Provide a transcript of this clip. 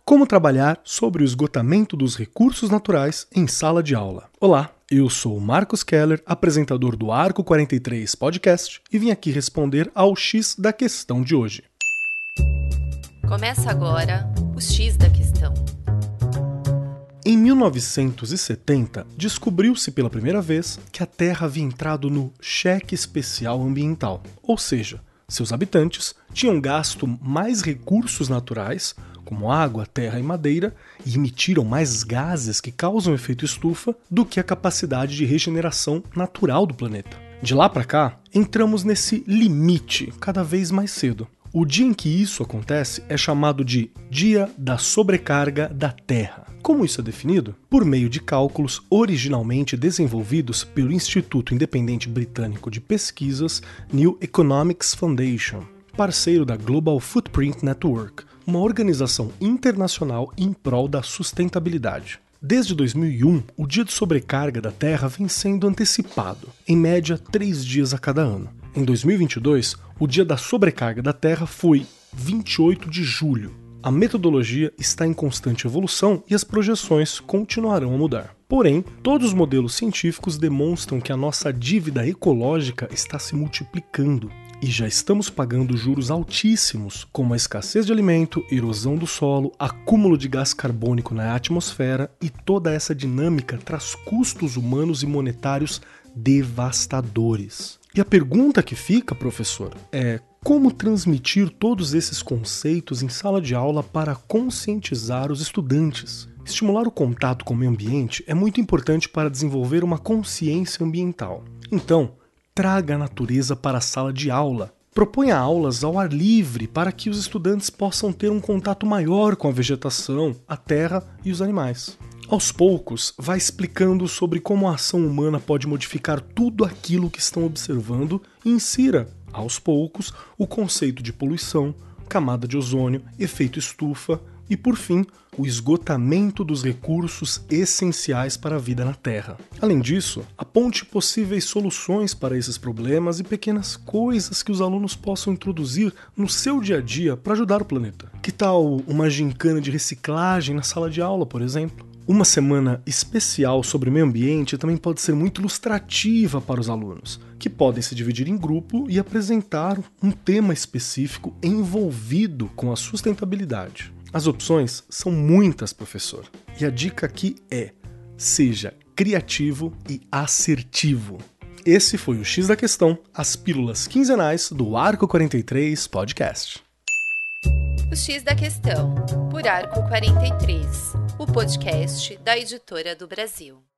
Como trabalhar sobre o esgotamento dos recursos naturais em sala de aula. Olá, eu sou o Marcos Keller, apresentador do Arco 43 Podcast, e vim aqui responder ao X da questão de hoje. Começa agora o X da questão. Em 1970, descobriu-se pela primeira vez que a Terra havia entrado no cheque especial ambiental, ou seja, seus habitantes tinham gasto mais recursos naturais, como água, terra e madeira, e emitiram mais gases que causam efeito estufa do que a capacidade de regeneração natural do planeta. De lá para cá, entramos nesse limite cada vez mais cedo. O dia em que isso acontece é chamado de Dia da Sobrecarga da Terra. Como isso é definido? Por meio de cálculos originalmente desenvolvidos pelo Instituto Independente Britânico de Pesquisas New Economics Foundation, parceiro da Global Footprint Network, uma organização internacional em prol da sustentabilidade. Desde 2001, o dia de sobrecarga da Terra vem sendo antecipado, em média 3 dias a cada ano. Em 2022, o dia da sobrecarga da Terra foi 28 de julho. A metodologia está em constante evolução e as projeções continuarão a mudar. Porém, todos os modelos científicos demonstram que a nossa dívida ecológica está se multiplicando. E já estamos pagando juros altíssimos, como a escassez de alimento, erosão do solo, acúmulo de gás carbônico na atmosfera, e toda essa dinâmica traz custos humanos e monetários devastadores. E a pergunta que fica, professor, é como transmitir todos esses conceitos em sala de aula para conscientizar os estudantes? Estimular o contato com o meio ambiente é muito importante para desenvolver uma consciência ambiental. Então, traga a natureza para a sala de aula. Proponha aulas ao ar livre para que os estudantes possam ter um contato maior com a vegetação, a terra e os animais. Aos poucos, vá explicando sobre como a ação humana pode modificar tudo aquilo que estão observando e insira, aos poucos, o conceito de poluição, camada de ozônio, efeito estufa e, por fim, o esgotamento dos recursos essenciais para a vida na Terra. Além disso, aponte possíveis soluções para esses problemas e pequenas coisas que os alunos possam introduzir no seu dia a dia para ajudar o planeta. Que tal uma gincana de reciclagem na sala de aula, por exemplo? Uma semana especial sobre o meio ambiente também pode ser muito ilustrativa para os alunos, que podem se dividir em grupo e apresentar um tema específico envolvido com a sustentabilidade. As opções são muitas, professor. E a dica aqui é: seja criativo e assertivo. Esse foi o X da Questão, as pílulas quinzenais do Arco 43 Podcast. O X da Questão, por Arco 43, o podcast da Editora do Brasil.